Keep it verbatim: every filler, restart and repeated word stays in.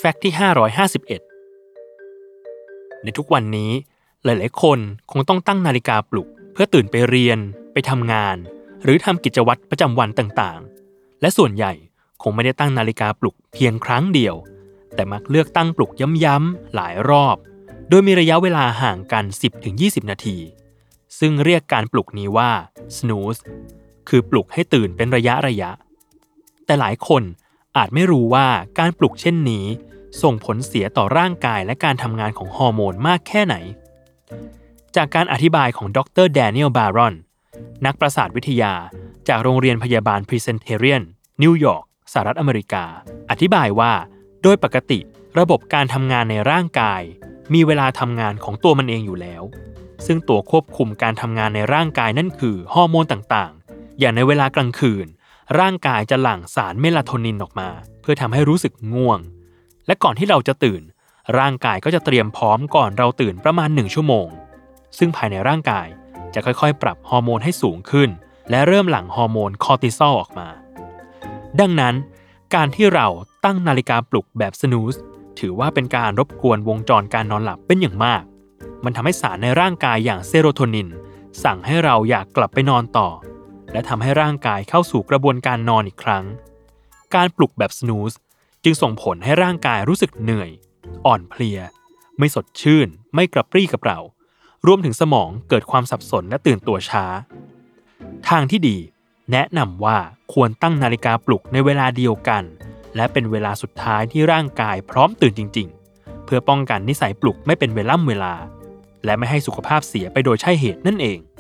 แฟกต์ที่ห้าร้อยห้าสิบเอ็ดในทุกวันนี้หลายๆคนคงต้องตั้งนาฬิกาปลุกเพื่อตื่นไปเรียนไปทำงานหรือทำกิจวัตรประจำวันต่างๆและส่วนใหญ่คงไม่ได้ตั้งนาฬิกาปลุกเพียงครั้งเดียวแต่มักเลือกตั้งปลุกย้ำๆหลายรอบโดยมีระยะเวลาห่างกัน สิบถึงยี่สิบ นาทีซึ่งเรียกการปลุกนี้ว่า snooze คือปลุกให้ตื่นเป็นระยะระยะแต่หลายคนอาจไม่รู้ว่าการปลุกเช่นนี้ส่งผลเสียต่อร่างกายและการทำงานของฮอร์โมนมากแค่ไหนจากการอธิบายของดรแดเนียลบารอนนักประสาทวิทยาจากโรงเรียนพยาบาลพรีเซนเทเรียนนิวยอร์กสหรัฐอเมริกาอธิบายว่าโดยปกติระบบการทำงานในร่างกายมีเวลาทำงานของตัวมันเองอยู่แล้วซึ่งตัวควบคุมการทำงานในร่างกายนั่นคือฮอร์โมนต่างๆอย่างในเวลากลางคืนร่างกายจะหลั่งสารเมลาโทนินออกมาเพื่อทำให้รู้สึกง่วงและก่อนที่เราจะตื่นร่างกายก็จะเตรียมพร้อมก่อนเราตื่นประมาณหนึ่งชั่วโมงซึ่งภายในร่างกายจะค่อยๆปรับฮอร์โมนให้สูงขึ้นและเริ่มหลั่งฮอร์โมนคอร์ติซอลออกมาดังนั้นการที่เราตั้งนาฬิกาปลุกแบบสนูซถือว่าเป็นการรบกวนวงจรการนอนหลับเป็นอย่างมากมันทำให้สารในร่างกายอย่างเซโรโทนินสั่งให้เราอยากกลับไปนอนต่อและทำให้ร่างกายเข้าสู่กระบวนการนอนอีกครั้งการปลุกแบบสนูซจึงส่งผลให้ร่างกายรู้สึกเหนื่อยอ่อนเพลียไม่สดชื่นไม่กระปรี้กระเปร่ารวมถึงสมองเกิดความสับสนและตื่นตัวช้าทางที่ดีแนะนำว่าควรตั้งนาฬิกาปลุกในเวลาเดียวกันและเป็นเวลาสุดท้ายที่ร่างกายพร้อมตื่นจริงๆเพื่อป้องกันนิสัยปลุกไม่เป็นเวล่ำเวลาและไม่ให้สุขภาพเสียไปโดยใช่เหตุนั่นเอง